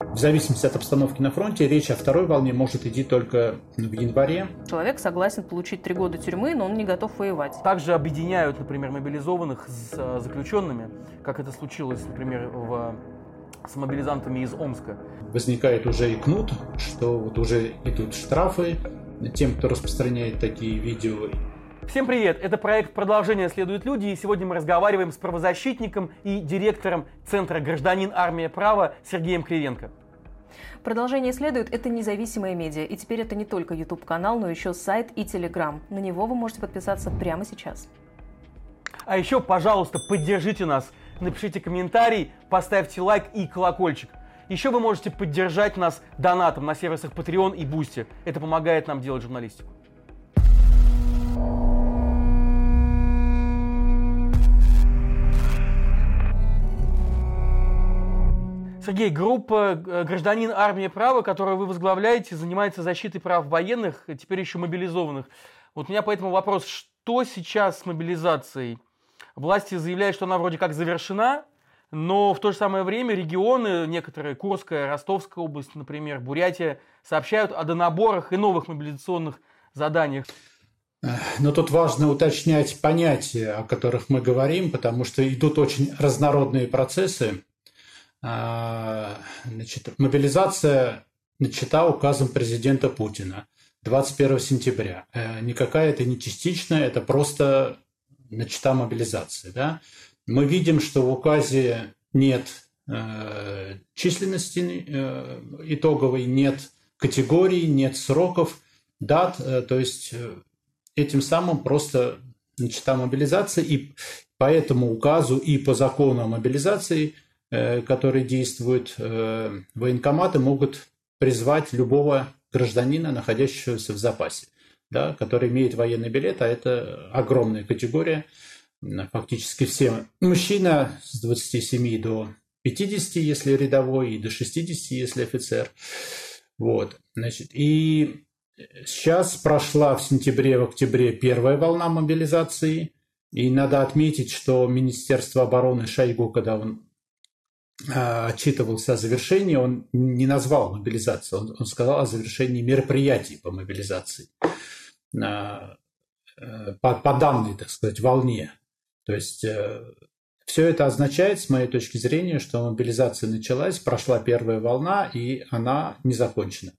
В зависимости от обстановки на фронте, речь о второй волне может идти только в январе. Человек согласен получить 3 года тюрьмы, но он не готов воевать. Также объединяют, например, мобилизованных с заключенными, как это случилось, например, с мобилизантами из Омска. Возникает уже и кнут, что вот уже идут штрафы тем, кто распространяет такие видео. Всем привет! Это проект «Продолжение следуют люди», и сегодня мы разговариваем с правозащитником и директором Центра «Гражданин. Армия. Право» Сергеем Кривенко. «Продолжение следует» — это независимое медиа, и теперь это не только YouTube-канал, но еще сайт и Telegram. На него вы можете подписаться прямо сейчас. А еще, пожалуйста, поддержите нас, напишите комментарий, поставьте лайк и колокольчик. Еще вы можете поддержать нас донатом на сервисах Patreon и Boosty. Это помогает нам делать журналистику. Сергей, группа «Гражданин. Армия. Право», которую вы возглавляете, занимается защитой прав военных, теперь еще мобилизованных. Вот у меня поэтому вопрос, что сейчас с мобилизацией? Власти заявляют, что она вроде как завершена, но в то же самое время регионы, некоторые, Курская, Ростовская область, например, Бурятия, сообщают о донаборах и новых мобилизационных заданиях. Но тут важно уточнять понятия, о которых мы говорим, потому что идут очень разнородные процессы. Значит, мобилизация начата указом президента Путина 21 сентября. Никакая это не частичная, это просто начата мобилизация. Да? Мы видим, что в указе нет численности итоговой, нет категорий, нет сроков, дат. То есть этим самым просто начата мобилизация. И по этому указу и по закону о мобилизации, которые действуют, военкоматы могут призвать любого гражданина, находящегося в запасе, да, который имеет военный билет, а это огромная категория, фактически все. Мужчина с 27 до 50, если рядовой, и до 60, если офицер. Вот, значит, и сейчас прошла в сентябре, в октябре первая волна мобилизации, и надо отметить, что Министерство обороны Шойгу, когда он отчитывался о завершении, он не назвал мобилизацию, он сказал о завершении мероприятий по мобилизации по данной, так сказать, волне. То есть все это означает, с моей точки зрения, что мобилизация началась, прошла первая волна, и она не закончена.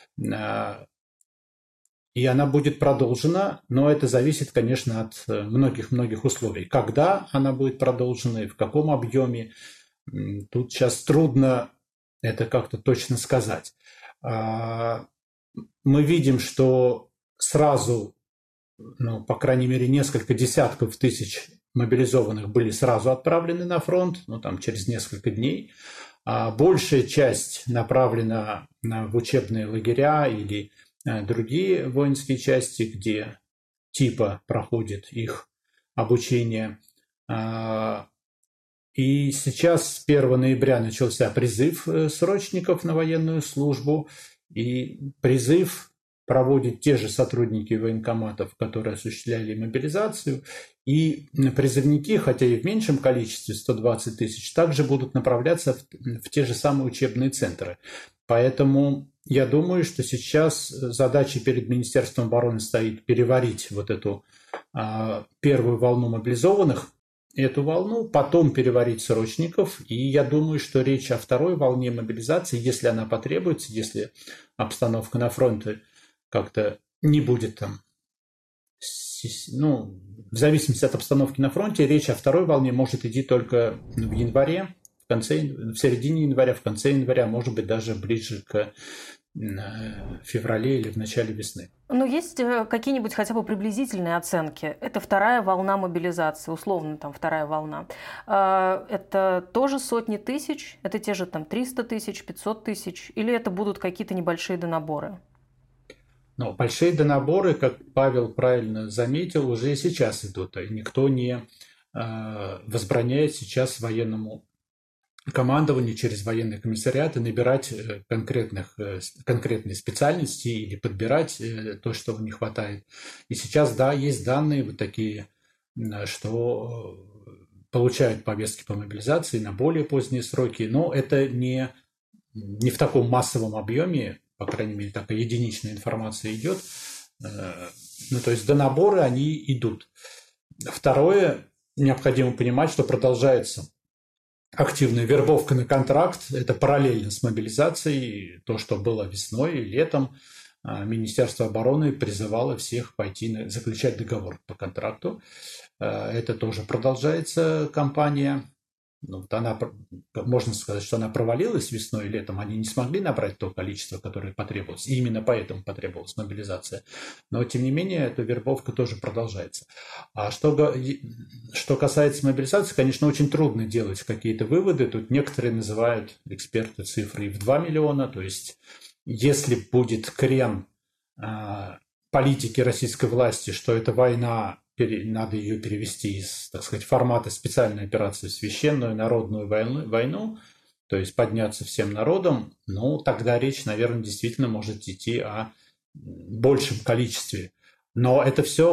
И она будет продолжена, но это зависит, конечно, от многих-многих условий. Когда она будет продолжена и в каком объеме, тут сейчас трудно это как-то точно сказать. Мы видим, что сразу, по крайней мере, несколько десятков тысяч мобилизованных были сразу отправлены на фронт, там через несколько дней. А большая часть направлена в учебные лагеря или другие воинские части, где типа проходит их обучение. И сейчас с 1 ноября начался призыв срочников на военную службу, и призыв проводят те же сотрудники военкоматов, которые осуществляли мобилизацию, и призывники, хотя и в меньшем количестве, 120 тысяч, также будут направляться в те же самые учебные центры. Поэтому я думаю, что сейчас задача перед Министерством обороны стоит переварить вот эту первую волну мобилизованных, эту волну, потом переварить срочников. И я думаю, что речь о второй волне мобилизации, если она потребуется, если обстановка на фронте как-то не будет там, в зависимости от обстановки на фронте, речь о второй волне может идти только в январе, в середине января, в конце января, может быть, даже ближе к феврале или в начале весны. Но есть какие-нибудь хотя бы приблизительные оценки? Это вторая волна мобилизации, условно там вторая волна. Это тоже сотни тысяч? Это те же там 300 тысяч, 500 тысяч? Или это будут какие-то небольшие донаборы? Но большие донаборы, как Павел правильно заметил, уже и сейчас идут. И никто не возбраняет сейчас военному командованию через военные комиссариаты набирать конкретные специальности или подбирать то, что не хватает. И сейчас, да, есть данные вот такие, что получают повестки по мобилизации на более поздние сроки, но это не не в таком массовом объеме, по крайней мере, такая единичная информация идет. Ну, то есть донаборы, они идут. Второе, необходимо понимать, что продолжается активная вербовка на контракт. Это параллельно с мобилизацией. То, что было весной и летом, Министерство обороны призывало всех пойти заключать договор по контракту. Это тоже продолжается кампания. Вот она, можно сказать, что она провалилась весной и летом. Они не смогли набрать то количество, которое потребовалось. И именно поэтому потребовалась мобилизация. Но, тем не менее, эта вербовка тоже продолжается. А что касается мобилизации, конечно, очень трудно делать какие-то выводы. Тут некоторые называют, эксперты, цифры в 2 миллиона. То есть, если будет крен политики российской власти, что эта война, надо ее перевести из, так сказать, формата специальной операции в священную народную войну, то есть подняться всем народом, ну, тогда речь, наверное, действительно может идти о большем количестве. Но это все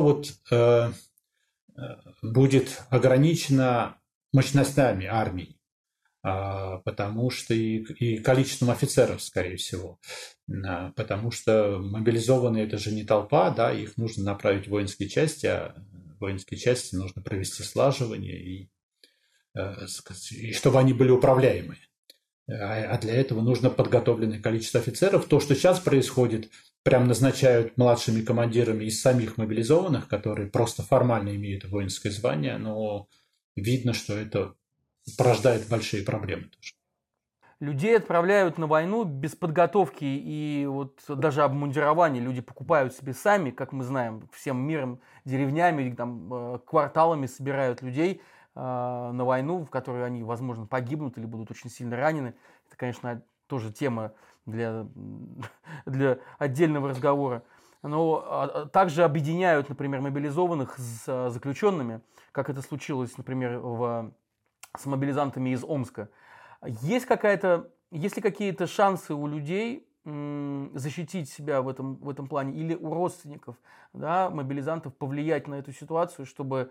будет ограничено мощностями армии, потому что и количеством офицеров, скорее всего. Потому что мобилизованные – это же не толпа, да, их нужно направить в воинские части, а воинские части нужно провести слаживание, и чтобы они были управляемые. А для этого нужно подготовленное количество офицеров. То, что сейчас происходит, прям назначают младшими командирами из самих мобилизованных, которые просто формально имеют воинское звание, но видно, что это порождает большие проблемы тоже. Людей отправляют на войну без подготовки и вот даже обмундирования. Люди покупают себе сами, как мы знаем, всем миром, деревнями, там, кварталами собирают людей на войну, в которой они, возможно, погибнут или будут очень сильно ранены. Это, конечно, тоже тема для отдельного разговора. Но также объединяют, например, мобилизованных с заключенными, как это случилось, например, с мобилизантами из Омска. Есть ли какие-то шансы у людей защитить себя в этом плане или у родственников, да, мобилизантов повлиять на эту ситуацию, чтобы,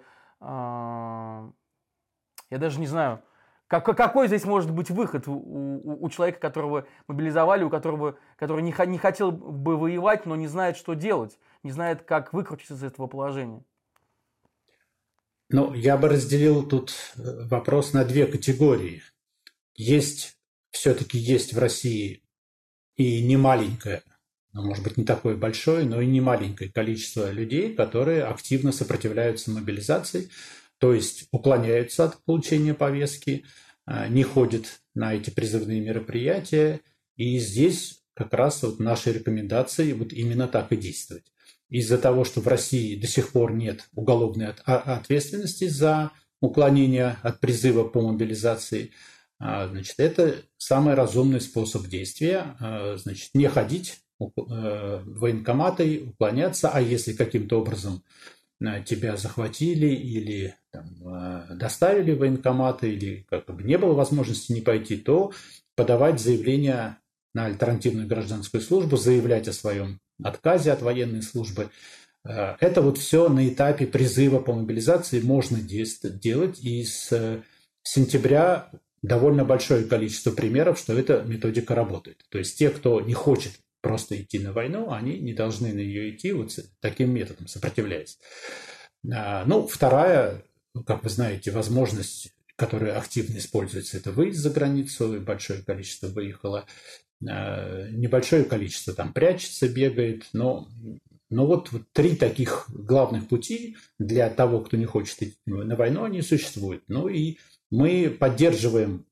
я даже не знаю, какой здесь может быть выход у человека, которого мобилизовали, который не хотел бы воевать, но не знает, что делать, не знает, как выкрутиться из этого положения? Ну, я бы разделил тут вопрос на две категории. Все-таки есть в России и не маленькое, может быть, не такое большое, но и не маленькое количество людей, которые активно сопротивляются мобилизации, то есть уклоняются от получения повестки, не ходят на эти призывные мероприятия. И здесь как раз вот наши рекомендации вот именно так и действовать. Из-за того, что в России до сих пор нет уголовной ответственности за уклонение от призыва по мобилизации, значит, это самый разумный способ действия. Значит, не ходить в военкоматы, уклоняться, а если каким-то образом тебя захватили или доставили в военкоматы, или как бы не было возможности не пойти, то подавать заявление на альтернативную гражданскую службу, заявлять о своем отказе от военной службы. Это вот все на этапе призыва по мобилизации можно делать, и с сентября довольно большое количество примеров, что эта методика работает. То есть те, кто не хочет просто идти на войну, они не должны на нее идти вот таким методом, сопротивляясь. Ну, вторая, как вы знаете, возможность, которая активно используется, это выезд за границу, большое количество выехало, небольшое количество там прячется, бегает, но вот три таких главных пути для того, кто не хочет идти на войну, они существуют. Ну и мы поддерживаем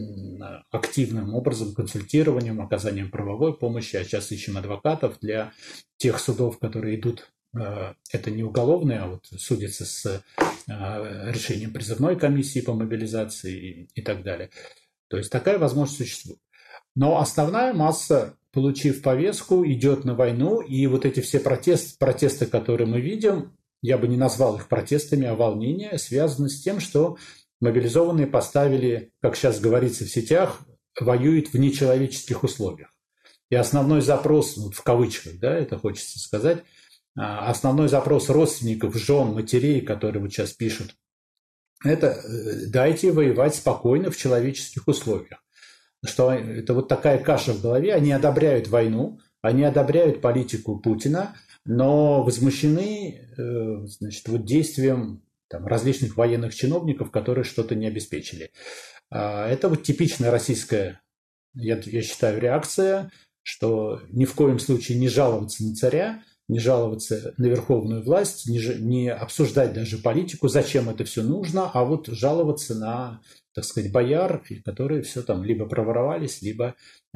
активным образом консультированием, оказанием правовой помощи, а сейчас ищем адвокатов для тех судов, которые идут, это не уголовные, а вот судятся с решением призывной комиссии по мобилизации и так далее. То есть такая возможность существует. Но основная масса, получив повестку, идет на войну, и вот эти все протесты, которые мы видим, я бы не назвал их протестами, а волнения, связаны с тем, что мобилизованные поставили, как сейчас говорится в сетях, воюют в нечеловеческих условиях. И основной запрос, вот в кавычках, да, это хочется сказать, основной запрос родственников, жен, матерей, которые вот сейчас пишут, это дайте воевать спокойно в человеческих условиях. что это вот такая каша в голове, они одобряют войну, они одобряют политику Путина, но возмущены, значит, вот действием там, различных военных чиновников, которые что-то не обеспечили. Это вот типичная российская, я считаю, реакция, что ни в коем случае не жаловаться на царя, не жаловаться на верховную власть, не обсуждать даже политику, зачем это все нужно, а вот жаловаться на, так сказать, бояр, которые все там либо проворовались, либо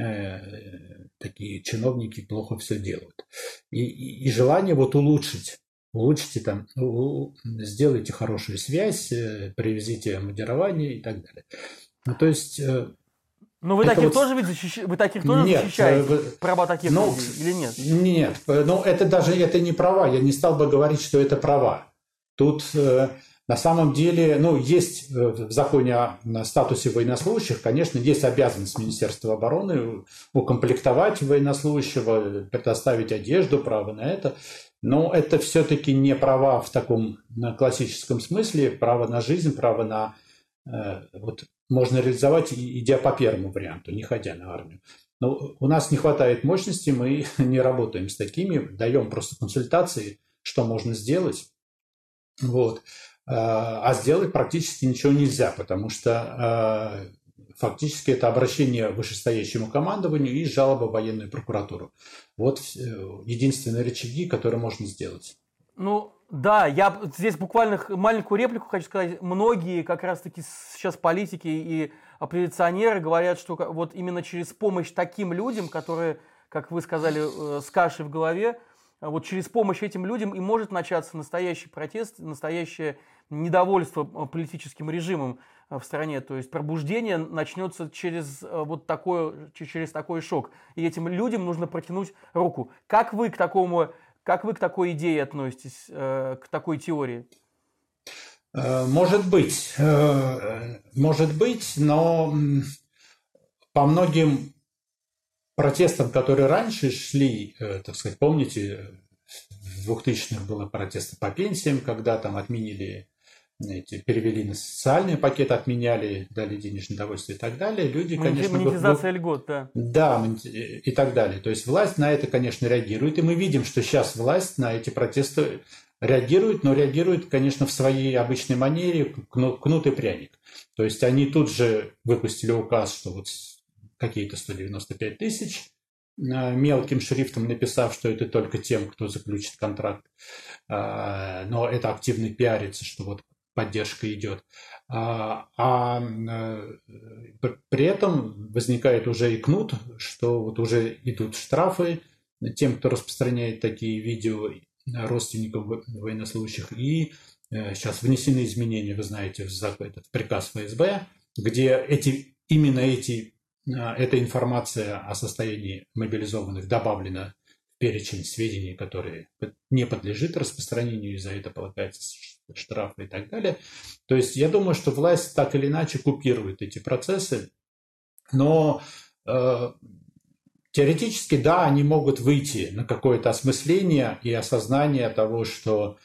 такие чиновники плохо все делают. И желание вот улучшите там, сделайте хорошую связь, привезите модерование и так далее. Ну, то есть... Ну, вы таких тоже ведь защищаете, права таких людей, или нет? Нет, это не права, я не стал бы говорить, что это права. Тут на самом деле, есть в законе о статусе военнослужащих, конечно, есть обязанность Министерства обороны укомплектовать военнослужащего, предоставить одежду, право на это, но это все-таки не права в таком классическом смысле, право на жизнь, право на... можно реализовать, идя по первому варианту, не ходя на армию. Но у нас не хватает мощности, мы не работаем с такими, даем просто консультации, что можно сделать. Вот. А сделать практически ничего нельзя, потому что фактически это обращение к вышестоящему командованию и жалоба в военную прокуратуру. Вот единственные рычаги, которые можно сделать. Ну, да, я здесь буквально маленькую реплику хочу сказать. Многие как раз-таки сейчас политики и оппозиционеры говорят, что вот именно через помощь таким людям, которые, как вы сказали, с кашей в голове, вот через помощь этим людям и может начаться настоящий протест, настоящее недовольство политическим режимом в стране. То есть пробуждение начнется через такой шок. И этим людям нужно протянуть руку. Как вы к такой идее относитесь, к такой теории? Может быть, но по многим протестам, которые раньше шли, так сказать, помните, в 2000-х было протесты по пенсиям, когда там отменили, перевели на социальный пакет, отменяли, дали денежное довольствие и так далее. Люди, конечно... Монетизация льгот, да. Да, и так далее. То есть власть на это, конечно, реагирует. И мы видим, что сейчас власть на эти протесты реагирует, но реагирует, конечно, в своей обычной манере, кнут и пряник. То есть они тут же выпустили указ, что вот какие-то 195 тысяч, мелким шрифтом написав, что это только тем, кто заключит контракт. Но это активно пиарится, что вот поддержка идет. При этом возникает уже и кнут, что вот уже идут штрафы тем, кто распространяет такие видео родственников военнослужащих. И сейчас внесены изменения, вы знаете, в приказ ФСБ, где эта информация о состоянии мобилизованных добавлена в перечень сведений, которые не подлежит распространению, и за это полагается штрафы и так далее. То есть я думаю, что власть так или иначе купирует эти процессы, но теоретически, да, они могут выйти на какое-то осмысление и осознание того, что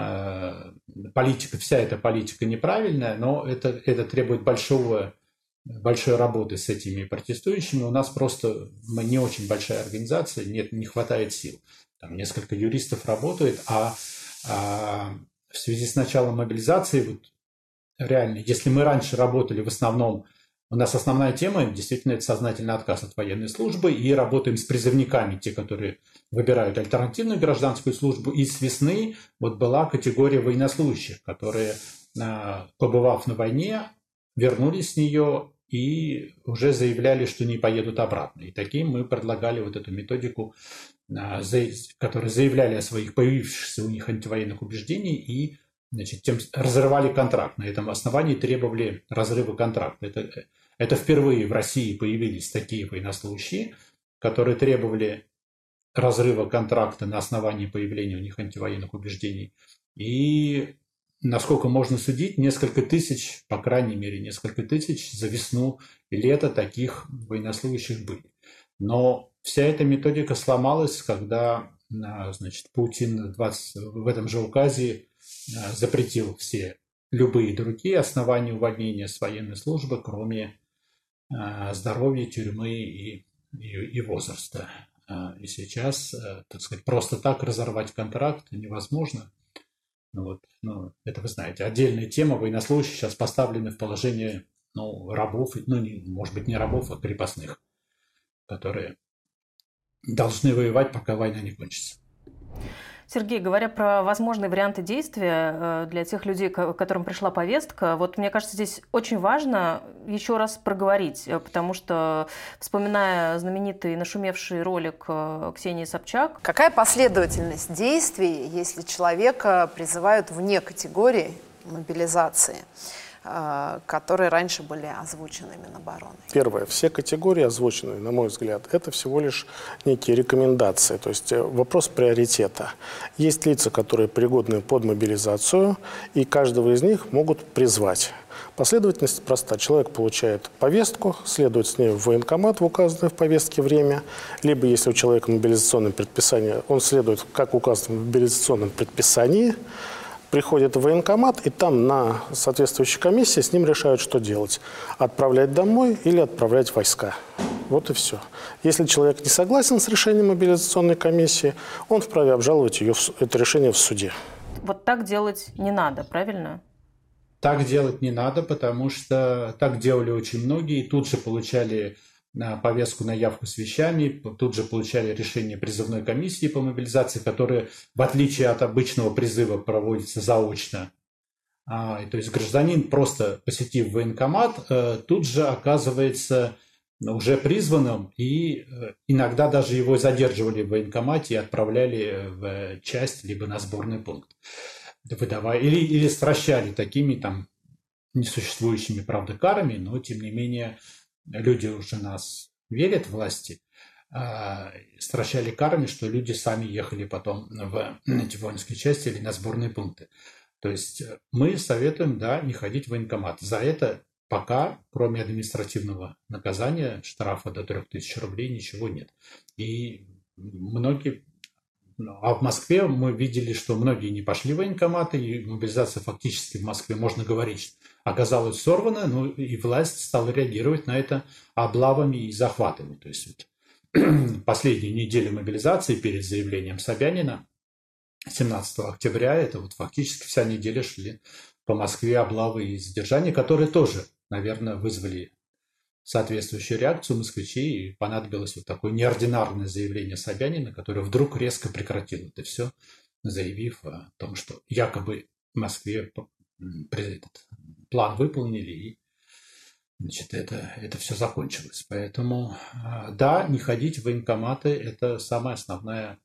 вся эта политика неправильная, но это требует большой работы с этими протестующими. У нас просто мы не очень большая организация, не хватает сил. Там несколько юристов работает, а в связи с началом мобилизации, вот реально, если мы раньше работали в основном, у нас основная тема действительно это сознательный отказ от военной службы, и работаем с призывниками, те, которые выбирают альтернативную гражданскую службу, и с весны вот была категория военнослужащих, которые, побывав на войне, вернулись с нее и уже заявляли, что не поедут обратно. И таким мы предлагали вот эту методику, которые заявляли о своих появившихся у них антивоенных убеждений и, значит, тем разрывали контракт. На этом основании требовали разрыва контракта. Это впервые в России появились такие военнослужащие, которые требовали разрыва контракта на основании появления у них антивоенных убеждений. И, насколько можно судить, несколько тысяч, по крайней мере, несколько тысяч за весну и лето таких военнослужащих были. Но вся эта методика сломалась, когда, значит, Путин в этом же указе запретил любые другие основания увольнения с военной службы, кроме здоровья, тюрьмы и возраста. И сейчас, так сказать, просто так разорвать контракт невозможно. Это вы знаете. Отдельная тема. Военнослужащие сейчас поставлены в положение рабов, может быть, не рабов, а крепостных, которые должны воевать, пока война не кончится. Сергей, говоря про возможные варианты действия для тех людей, которым пришла повестка, мне кажется, здесь очень важно еще раз проговорить, потому что, вспоминая знаменитый нашумевший ролик Ксении Собчак... Какая последовательность действий, если человека призывают вне категории мобилизации, которые раньше были озвучены Минобороны? Первое. Все категории озвученные, на мой взгляд, это всего лишь некие рекомендации, то есть вопрос приоритета. Есть лица, которые пригодны под мобилизацию, и каждого из них могут призвать. Последовательность проста. Человек получает повестку, следует с ней в военкомат в указанное в повестке время, либо, если у человека мобилизационное предписание, он следует, как указано в мобилизационном предписании, приходит в военкомат, и там на соответствующей комиссии с ним решают, что делать. Отправлять домой или отправлять в войска. Вот и все. Если человек не согласен с решением мобилизационной комиссии, он вправе обжаловать это решение в суде. Вот так делать не надо, правильно? Так делать не надо, потому что так делали очень многие, и тут же получали повестку на явку с вещами, тут же получали решение призывной комиссии по мобилизации, которая, в отличие от обычного призыва, проводится заочно. То есть гражданин, просто посетив военкомат, тут же оказывается уже призванным, и иногда даже его задерживали в военкомате и отправляли в часть либо на сборный пункт, выдавая, или стращали такими несуществующими, правда, карами, но тем не менее люди уже нас верят, власти, стращали карами, что люди сами ехали потом в эти воинские части или на сборные пункты. То есть мы советуем, не ходить в военкомат. За это пока, кроме административного наказания, штрафа до 3000 рублей, ничего нет. И многие... А в Москве мы видели, что многие не пошли в военкоматы, и мобилизация фактически в Москве, можно говорить, оказалась сорвана, и власть стала реагировать на это облавами и захватами. То есть последнюю неделю мобилизации перед заявлением Собянина, 17 октября, это фактически вся неделя шли по Москве облавы и задержания, которые тоже, наверное, вызвали соответствующую реакцию москвичей, и понадобилось такое неординарное заявление Собянина, которое вдруг резко прекратило это все, заявив о том, что якобы в Москве этот план выполнили, и это все закончилось. Поэтому, не ходить в военкоматы – это самая основная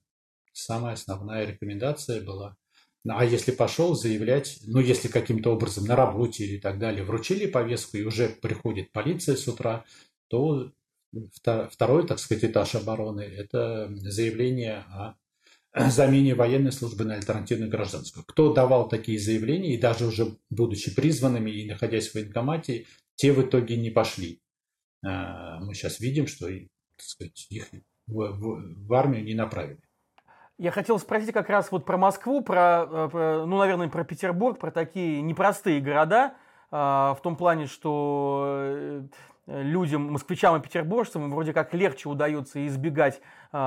рекомендация была. А если пошел, заявлять, если каким-то образом на работе или так далее вручили повестку, и уже приходит полиция с утра, то второй, так сказать, этаж обороны – это заявление о замене военной службы на альтернативную гражданскую. Кто давал такие заявления, и даже уже будучи призванными и находясь в военкомате, те в итоге не пошли. Мы сейчас видим, что, так сказать, их в армию не направили. Я хотел спросить как раз про Москву, наверное, про Петербург, про такие непростые города, в том плане, что людям, москвичам и петербуржцам вроде как легче удавалось избегать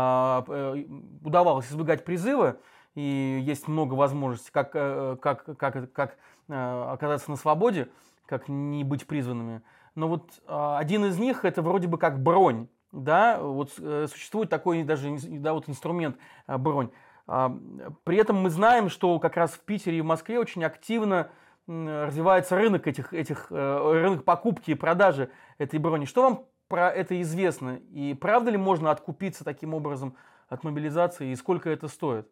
призыва, и есть много возможностей, как оказаться на свободе, как не быть призванными. Но один из них – это вроде бы как бронь. Существует такой даже инструмент бронь. При этом мы знаем, что как раз в Питере и в Москве очень активно развивается рынок рынок покупки и продажи этой брони. Что вам про это известно? И правда ли можно откупиться таким образом от мобилизации? И сколько это стоит?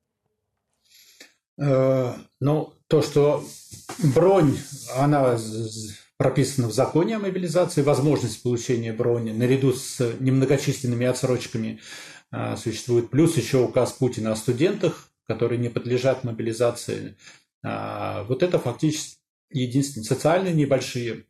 То, что бронь, она прописана в законе о мобилизации, возможность получения брони наряду с немногочисленными отсрочками существует. Плюс еще указ Путина о студентах, которые не подлежат мобилизации. Это фактически единственные социальные небольшие,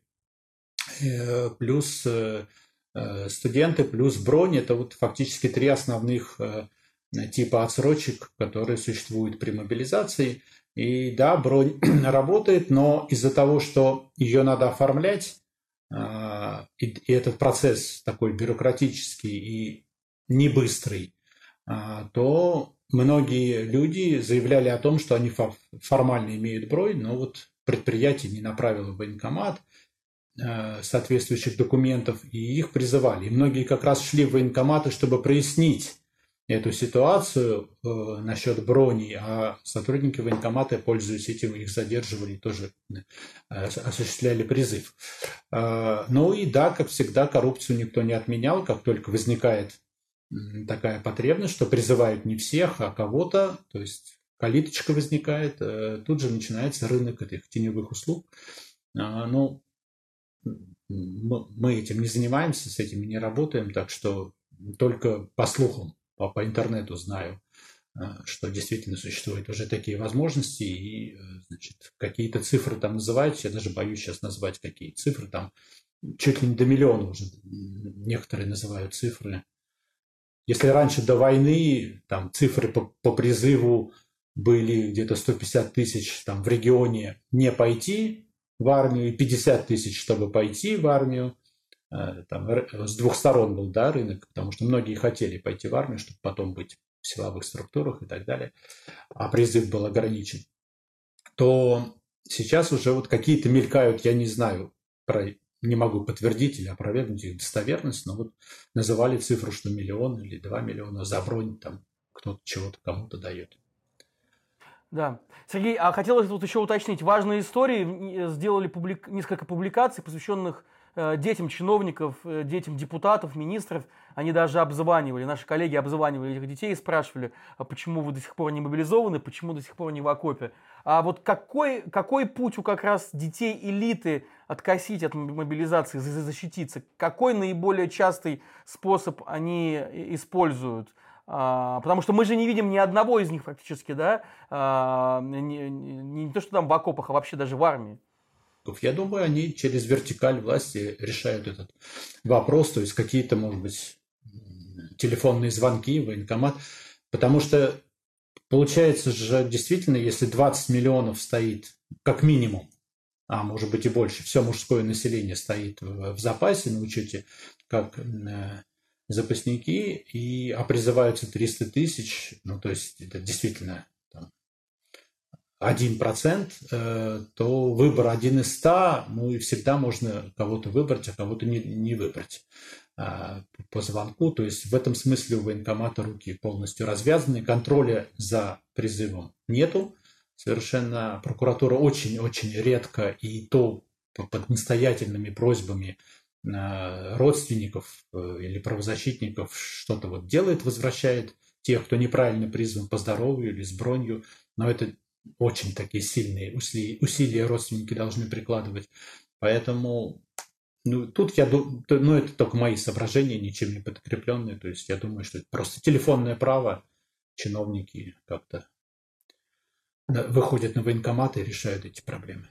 плюс студенты, плюс бронь. Это фактически три основных типа отсрочек, которые существуют при мобилизации. И бронь работает, но из-за того, что ее надо оформлять, и этот процесс такой бюрократический и не быстрый, то многие люди заявляли о том, что они формально имеют бронь, но вот предприятие не направило в военкомат соответствующих документов, и их призывали. И многие как раз шли в военкоматы, чтобы прояснить эту ситуацию насчет брони, а сотрудники военкомата, пользуясь этим, их задерживали и тоже осуществляли призыв. Ну и да, как всегда, коррупцию никто не отменял. Как только возникает такая потребность, что призывают не всех, а кого-то, то есть калиточка возникает, тут же начинается рынок этих теневых услуг. Ну, мы этим не занимаемся, с этим не работаем, так что только по слухам, по интернету знаю, что действительно существуют уже такие возможности, и, значит, какие-то цифры там называются, я даже боюсь сейчас назвать, какие цифры, там чуть ли не до миллиона уже некоторые называют цифры. Если раньше до войны там цифры по призыву были где-то 150 тысяч там в регионе не пойти в армию, и 50 тысяч, чтобы пойти в армию, там, с двух сторон был, да, рынок, потому что многие хотели пойти в армию, чтобы потом быть в силовых структурах и так далее, а призыв был ограничен, то сейчас уже вот какие-то мелькают, я не знаю, не могу подтвердить или опровергнуть их достоверность, но вот называли цифру, что 1 миллион или 2 миллиона за бронь, там кто-то чего-то кому-то дает. Да. Сергей, а хотелось тут еще уточнить, важные истории, сделали несколько публикаций, посвященных детям чиновников, детям депутатов, министров. Они даже обзванивали, наши коллеги обзванивали этих детей и спрашивали, а почему вы до сих пор не мобилизованы, почему до сих пор не в окопе. А вот какой путь у как раз детей элиты откосить от мобилизации, защититься? Какой наиболее частый способ они используют? Потому что мы же не видим ни одного из них практически, да, не то, что там в окопах, а вообще даже в армии. Я думаю, они через вертикаль власти решают этот вопрос, то есть какие-то, может быть, телефонные звонки, военкомат, потому что получается же действительно, если 20 миллионов стоит как минимум, а может быть и больше, все мужское население стоит в запасе на учете, как запасники, а призываются 300 тысяч, ну то есть это действительно 1%, то выбор 1 из 100, ну и всегда можно кого-то выбрать, а кого-то не выбрать по звонку. То есть в этом смысле у военкомата руки полностью развязаны, контроля за призывом нету. Совершенно прокуратура очень-очень редко, и то под настоятельными просьбами родственников или правозащитников что-то вот делает, возвращает тех, кто неправильно призван по здоровью или с бронью, но это очень такие сильные усилия родственники должны прикладывать. Поэтому тут я думаю, это только мои соображения, ничем не подкрепленные. То есть я думаю, что это просто телефонное право. Чиновники как-то выходят на военкоматы и решают эти проблемы.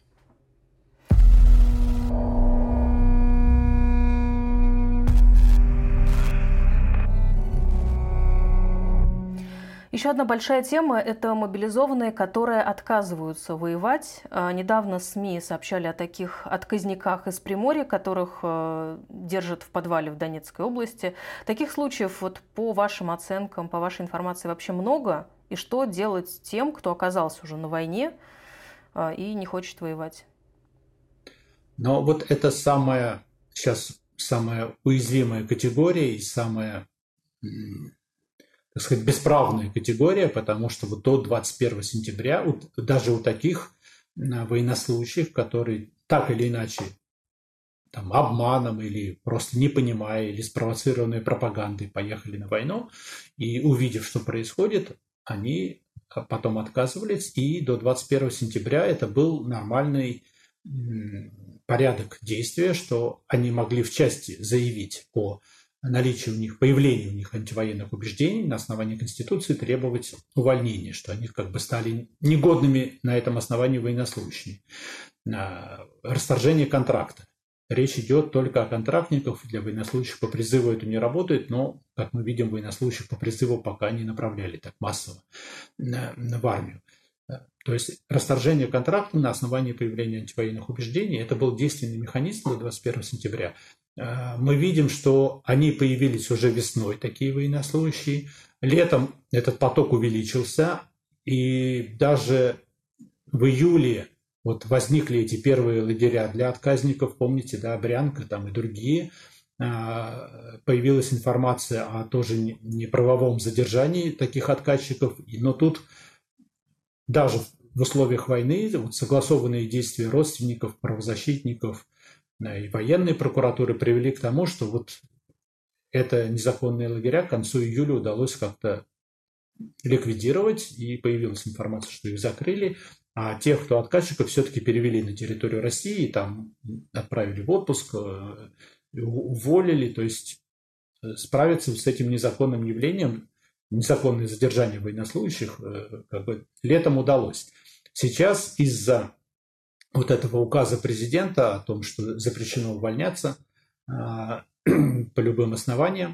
Еще одна большая тема – это мобилизованные, которые отказываются воевать. Недавно СМИ сообщали о таких отказниках из Приморья, которых держат в подвале в Донецкой области. Таких случаев, вот по вашим оценкам, по вашей информации, вообще много? И что делать тем, кто оказался уже на войне и не хочет воевать? Но вот это сейчас самая уязвимая категория и самая, так сказать, бесправная категория, потому что вот до 21 сентября даже у таких военнослужащих, которые так или иначе там, обманом или просто не понимая, или спровоцированной пропагандой поехали на войну, и увидев, что происходит, они потом отказывались, и до 21 сентября это был нормальный порядок действия, что они могли в части заявить о наличии у них, появлении у них антивоенных убеждений, на основании Конституции требовать увольнения, что они как бы стали негодными на этом основании военнослужащими. Расторжение контракта. Речь идет только о контрактниках, для военнослужащих по призыву это не работает, но, как мы видим, военнослужащих по призыву пока не направляли так массово в армию. То есть расторжение контракта на основании появления антивоенных убеждений – это был действенный механизм до 21 сентября. Мы видим, что они появились уже весной, такие военнослужащие. Летом этот поток увеличился, и даже в июле вот возникли эти первые лагеря для отказников, помните, да, Брянка там и другие. Появилась информация о тоже неправовом задержании таких отказчиков, но тут даже в условиях войны вот согласованные действия родственников, правозащитников и военной прокуратуры привели к тому, что вот это незаконные лагеря к концу июля удалось как-то ликвидировать, и появилась информация, что их закрыли, а тех, кто отказчиков, все-таки перевели на территорию России, там отправили в отпуск, уволили, то есть справиться с этим незаконным явлением, незаконное задержание военнослужащих, как бы летом удалось. Сейчас из-за вот этого указа президента о том, что запрещено увольняться по любым основаниям,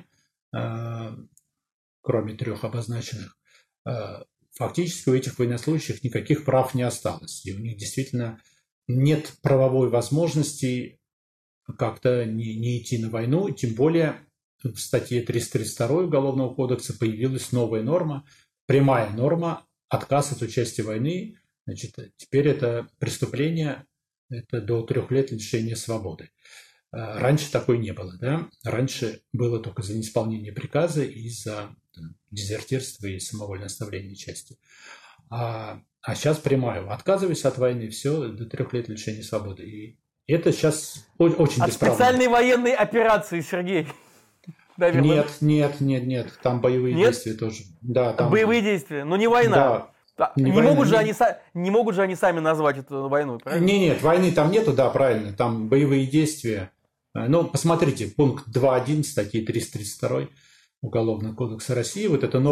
кроме 3 обозначенных, фактически у этих военнослужащих никаких прав не осталось. И у них действительно нет правовой возможности как-то не идти на войну, тем более в статье 332 Уголовного кодекса появилась новая норма, прямая норма, отказ от участия в войне. Значит, теперь это преступление, это до 3 лет лишения свободы. Раньше такой не было, да? Раньше было только за неисполнение приказа и за дезертирство и самовольное оставление части. А сейчас прямая. Отказывайся от войны, все, до 3 лет лишения свободы. И это сейчас очень от бесправно. Специальной военной операции, Сергей. Наверное. Нет. Там боевые действия тоже. Да, там боевые действия, но не война. Да. Не могут же они сами назвать это войной, правильно? Нет, войны там нету, да, правильно. Там боевые действия. Ну, посмотрите, пункт 2.1 статьи 332 Уголовного кодекса России. Вот это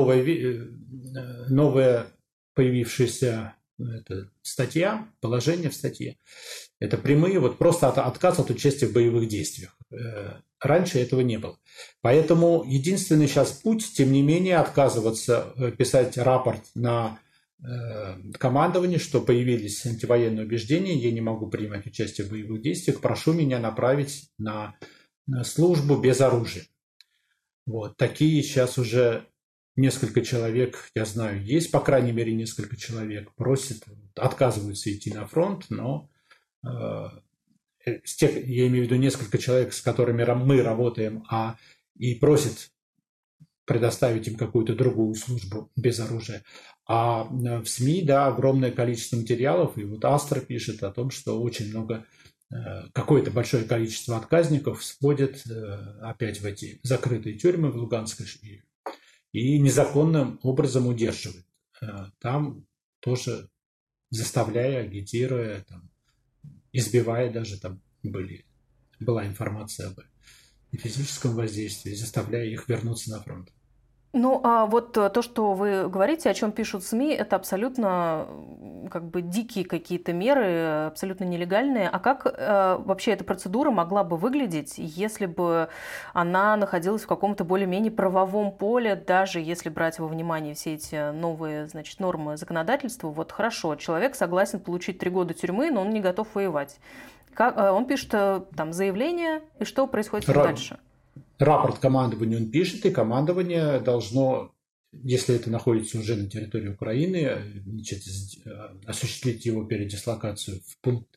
новая появившаяся статья, положение в статье. Это прямые, вот просто отказ от участия в боевых действиях. Раньше этого не было. Поэтому единственный сейчас путь, тем не менее, отказываться писать рапорт на командование, что появились антивоенные убеждения, я не могу принимать участие в боевых действиях, прошу меня направить на службу без оружия. Вот. Такие сейчас уже несколько человек, я знаю, есть, по крайней мере, несколько человек просят, отказываются идти на фронт, но я имею в виду несколько человек, с которыми мы работаем, и просят предоставить им какую-то другую службу без оружия. А в СМИ, да, огромное количество материалов, и вот Астра пишет о том, что очень много, какое-то большое количество отказников сводят опять в эти закрытые тюрьмы в Луганской и незаконным образом удерживают. Там тоже заставляя, агитируя, там, избивая даже, там была информация об физическом воздействии, заставляя их вернуться на фронт. Ну, а вот то, что вы говорите, о чем пишут СМИ, это абсолютно как бы дикие какие-то меры, абсолютно нелегальные. А как вообще эта процедура могла бы выглядеть, если бы она находилась в каком-то более-менее правовом поле, даже если брать во внимание все эти новые, значит, нормы законодательства? Вот хорошо, человек согласен получить 3 года тюрьмы, но он не готов воевать. Он пишет там заявление, и что происходит дальше? Рапорт командованию он пишет, и командование должно, если это находится уже на территории Украины, значит, осуществить его передислокацию в пункт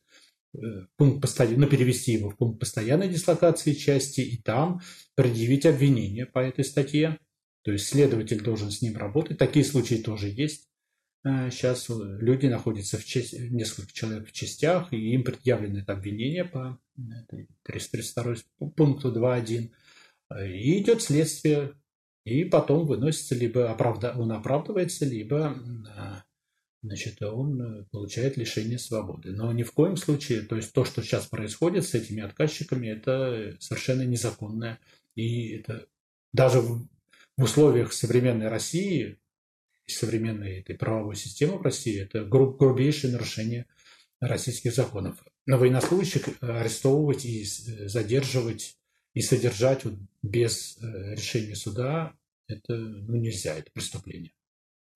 перевести его в пункт постоянной дислокации части, и там предъявить обвинение по этой статье. То есть следователь должен с ним работать. Такие случаи тоже есть. Сейчас люди находятся несколько человек в частях, и им предъявлено это обвинение по 332 пункту 2.1. И идет следствие, и потом выносится, либо он оправдывается, либо значит, он получает лишение свободы. Но ни в коем случае, то есть то, что сейчас происходит с этими отказчиками, это совершенно незаконно. И это даже в условиях современной России, современной этой правовой системы в России, это грубейшее нарушение российских законов. На военнослужащих арестовывать и задерживать и содержать без решения суда это нельзя, это преступление.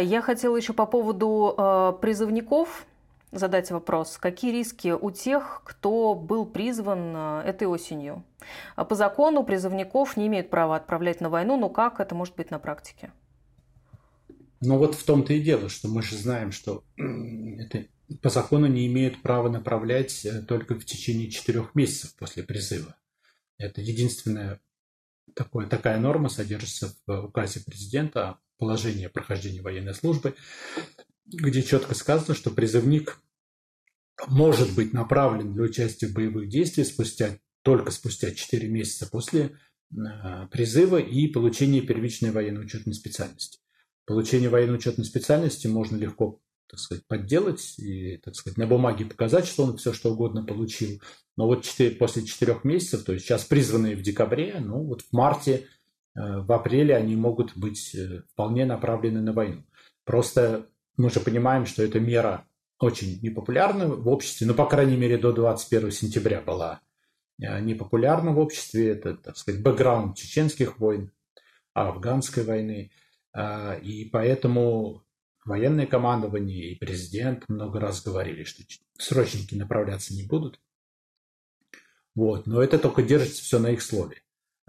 Я хотела еще по поводу призывников задать вопрос. Какие риски у тех, кто был призван этой осенью? По закону призывников не имеют права отправлять на войну, но как это может быть на практике? Ну вот в том-то и дело, что мы же знаем, что это по закону не имеют права направлять только в течение 4 месяцев после призыва. Это единственная такая норма содержится в указе президента о положении о прохождении военной службы, где четко сказано, что призывник может быть направлен для участия в боевых действиях только спустя 4 месяца после призыва и получения первичной военно-учетной специальности. Получение военно-учетной специальности можно легко, так сказать, подделать и, так сказать, на бумаге показать, что он все что угодно получил. Но вот после 4 месяцев, то есть сейчас призванные в декабре, ну вот в марте, в апреле они могут быть вполне направлены на войну. Просто мы же понимаем, что эта мера очень непопулярна в обществе, ну, по крайней мере, до 21 сентября была непопулярна в обществе. Это, так сказать, бэкграунд чеченских войн, афганской войны. И поэтому военное командование и президент много раз говорили, что срочники направляться не будут. Вот. Но это только держится все на их слове.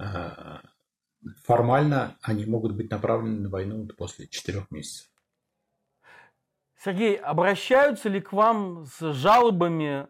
Формально они могут быть направлены на войну после 4 месяцев. Сергей, обращаются ли к вам с жалобами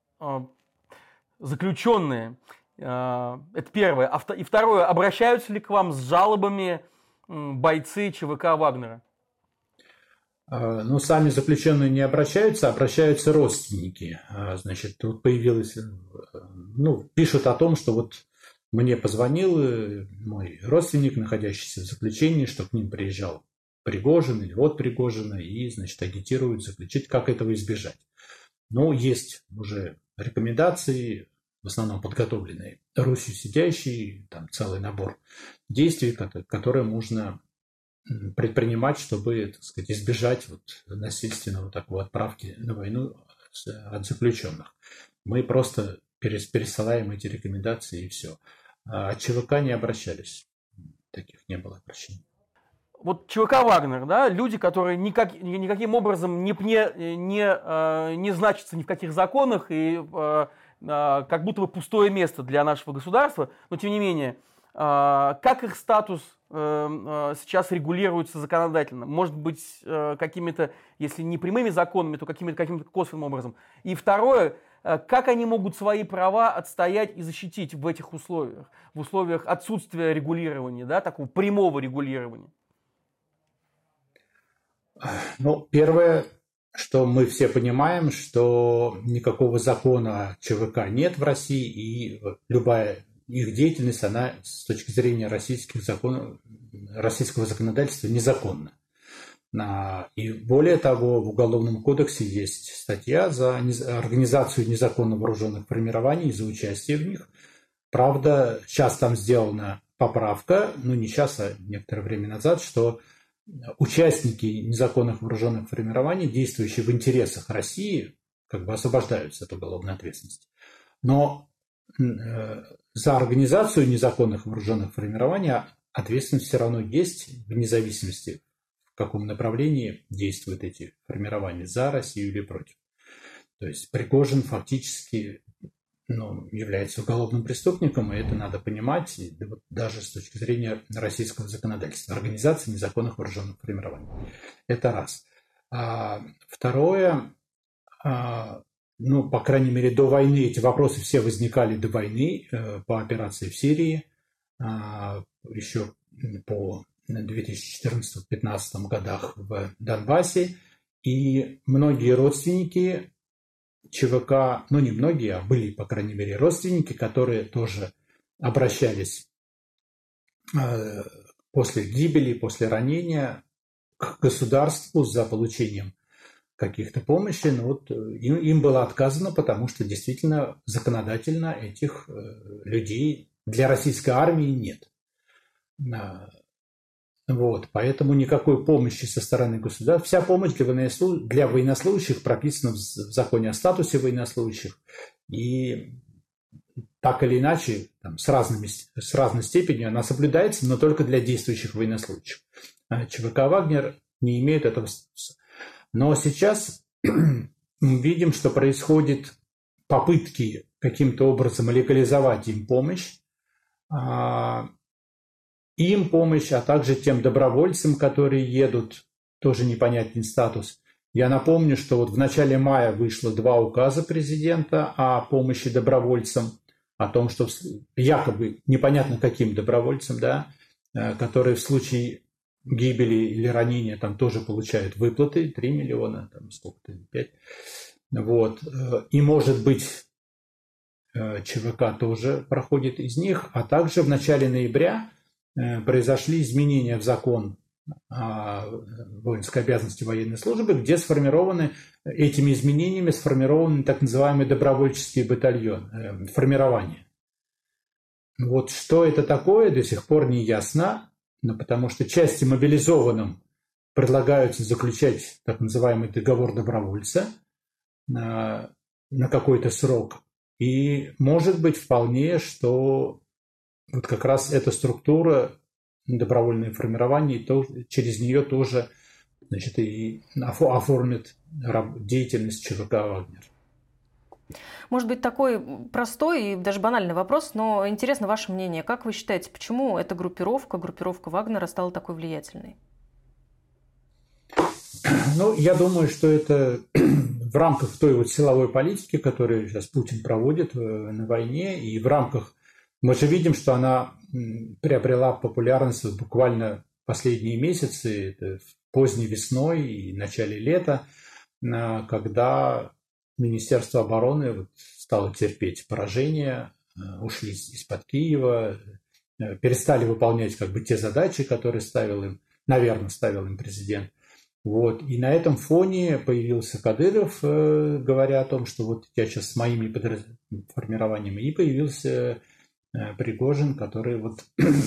заключенные? Это первое. И второе, обращаются ли к вам с жалобами бойцы ЧВК Вагнера? Ну, сами заключенные не обращаются, обращаются родственники. Значит, тут появилось, пишут о том, что вот мне позвонил мой родственник, находящийся в заключении, что к ним приезжал Пригожин или от Пригожина, и, значит, агитируют заключить, как этого избежать. Но есть уже рекомендации, в основном подготовленные Русью сидящие, там целый набор действий, которые можно предпринимать, чтобы, так сказать, избежать вот насильственного такого отправки на войну от заключенных. Мы просто пересылаем эти рекомендации и все. А ЧВК не обращались. Таких не было обращений. Вот ЧВК «Вагнер», да, люди, которые никаким образом не значатся ни в каких законах и как будто бы пустое место для нашего государства, но тем не менее, как их статус сейчас регулируется законодательно? Может быть, какими-то, если не прямыми законами, то каким-то косвенным образом. И второе, как они могут свои права отстоять и защитить в этих условиях, в условиях отсутствия регулирования, да, такого прямого регулирования? Ну, первое, что мы все понимаем, что никакого закона ЧВК нет в России, и любая их деятельность, она с точки зрения российского законодательства незаконна. И более того, в Уголовном кодексе есть статья за организацию незаконно вооруженных формирований, за участие в них. Правда, сейчас там сделана поправка, не сейчас, а некоторое время назад, что участники незаконных вооруженных формирований, действующие в интересах России, как бы освобождаются от уголовной ответственности. Но за организацию незаконных вооруженных формирований ответственность все равно есть, вне зависимости, в каком направлении действуют эти формирования, за Россию или против. То есть Пригожин фактически является уголовным преступником, и это надо понимать, даже с точки зрения российского законодательства. Организация незаконных вооруженных формирований. Это раз. Второе, по крайней мере, до войны эти вопросы все возникали до войны по операции в Сирии, еще по 2014-2015 годах в Донбассе, и многие родственники ЧВК, не многие, а были, по крайней мере, родственники, которые тоже обращались после гибели, после ранения к государству за получением каких-то помощи, но им было отказано, потому что действительно законодательно этих людей для российской армии нет. Поэтому никакой помощи со стороны государства. Вся помощь для военнослужащих прописана в законе о статусе военнослужащих. И так или иначе, с разной степенью она соблюдается, но только для действующих военнослужащих. ЧВК «Вагнер» не имеют этого статуса. Но сейчас мы видим, что происходят попытки каким-то образом легализовать им помощь, а также тем добровольцам, которые едут, тоже непонятен статус. Я напомню, что вот в начале мая вышло 2 указа президента о помощи добровольцам, о том, что якобы непонятно каким добровольцам, да, которые в случае гибели или ранения там тоже получают выплаты, 3 миллиона, там сколько-то, 5. Вот. И, может быть, ЧВК тоже проходит из них. А также в начале ноября произошли изменения в закон о воинской обязанности военной службы, где этими изменениями сформированы так называемые добровольческие батальоны, формирования. Вот что это такое, до сих пор не ясно, но потому что части мобилизованным предлагаются заключать так называемый договор добровольца на какой-то срок. И может быть вполне, что вот как раз эта структура добровольное формирование, через нее тоже, значит, и оформит деятельность ЧВК «Вагнер». Может быть, такой простой и даже банальный вопрос, но интересно ваше мнение. Как вы считаете, почему эта группировка Вагнера стала такой влиятельной? Ну, я думаю, что это в рамках той вот силовой политики, которую сейчас Путин проводит на войне, и в рамках, мы же видим, что она приобрела популярность буквально последние месяцы, это поздней весной и начале лета, когда Министерство обороны стало терпеть поражение, ушли из-под Киева, перестали выполнять как бы те задачи, которые ставил им президент. Вот. И на этом фоне появился Кадыров, говоря о том, что вот я сейчас с моими формированиями, и появился Пригожин, который вот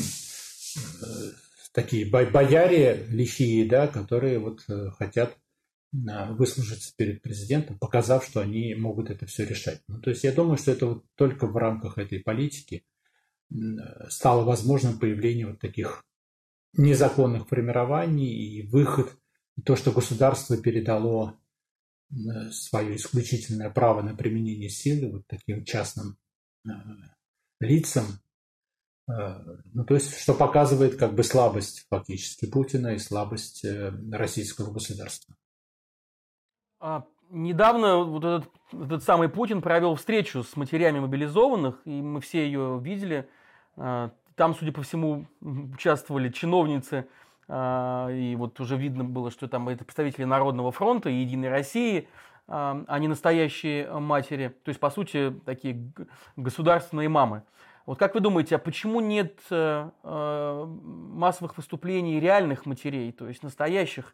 такие бояре лихие, да, которые вот хотят выслужиться перед президентом, показав, что они могут это все решать. Ну, то есть я думаю, что это вот только в рамках этой политики стало возможным появление вот таких незаконных формирований и выход, то, что государство передало свое исключительное право на применение силы вот таким частным лицам. Ну, то есть, что показывает как бы слабость фактически Путина и слабость российского государства. Недавно вот этот самый Путин провел встречу с матерями мобилизованных, и мы все ее видели. Там, судя по всему, участвовали чиновницы, и вот уже видно было, что там это представители Народного фронта и Единой России, а не настоящие матери. То есть, по сути, такие государственные мамы. Вот как вы думаете, а почему нет массовых выступлений реальных матерей, то есть настоящих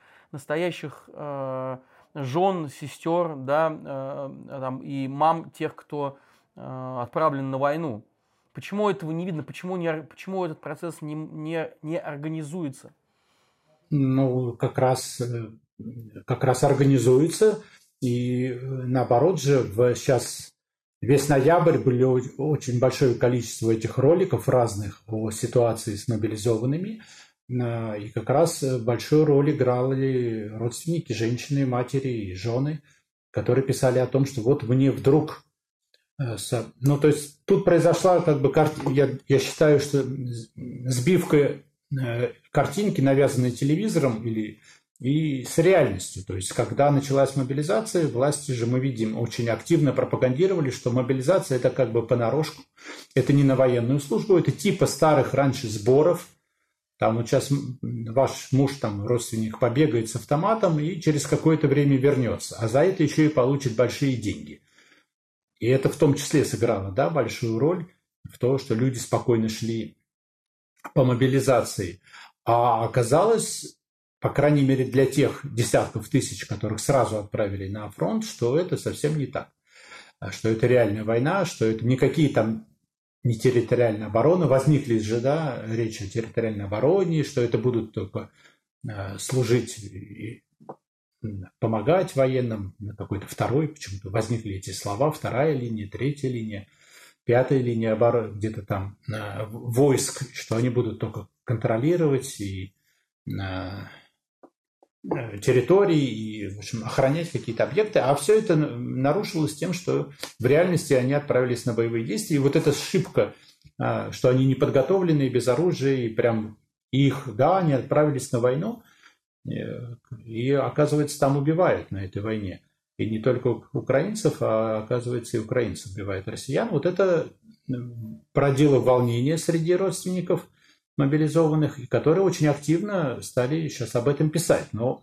жен, сестер, да, там, и мам тех, кто отправлен на войну? Почему этого не видно? Почему этот процесс не организуется? Ну, как раз организуется. И наоборот же, сейчас весь ноябрь были очень большое количество этих роликов разных о ситуации с мобилизованными. И как раз большую роль играли родственники, женщины, матери и жены, которые писали о том, что вот мне вдруг... Ну, то есть тут произошла как бы, я считаю, что сбивка картинки, навязанной телевизором и с реальностью. То есть, когда началась мобилизация, власти же, мы видим, очень активно пропагандировали, что мобилизация – это как бы понарошку, это не на военную службу, это типа старых раньше сборов. Там вот сейчас ваш муж, там, родственник побегает с автоматом и через какое-то время вернется, а за это еще и получит большие деньги. И это в том числе сыграло, да, большую роль в том, что люди спокойно шли по мобилизации. А оказалось, по крайней мере для тех десятков тысяч, которых сразу отправили на фронт, что это совсем не так. Что это реальная война, что это никакие там не территориальная оборона. Возникли же, да, речь о территориальной обороне, что это будут только служить и помогать военным на какой-то второй, почему-то возникли эти слова, вторая линия, третья линия, пятая линия обороны, где-то там войск, что они будут только контролировать и территорий и, в общем, охранять какие-то объекты. А все это нарушилось тем, что в реальности они отправились на боевые действия. И вот эта ошибка, что они не подготовлены, без оружия, и прям их, да, они отправились на войну, и, оказывается, там убивают на этой войне. И не только украинцев, а, оказывается, и украинцев убивают россиян. Вот это породило волнение среди родственников мобилизованных, и которые очень активно стали сейчас об этом писать. Но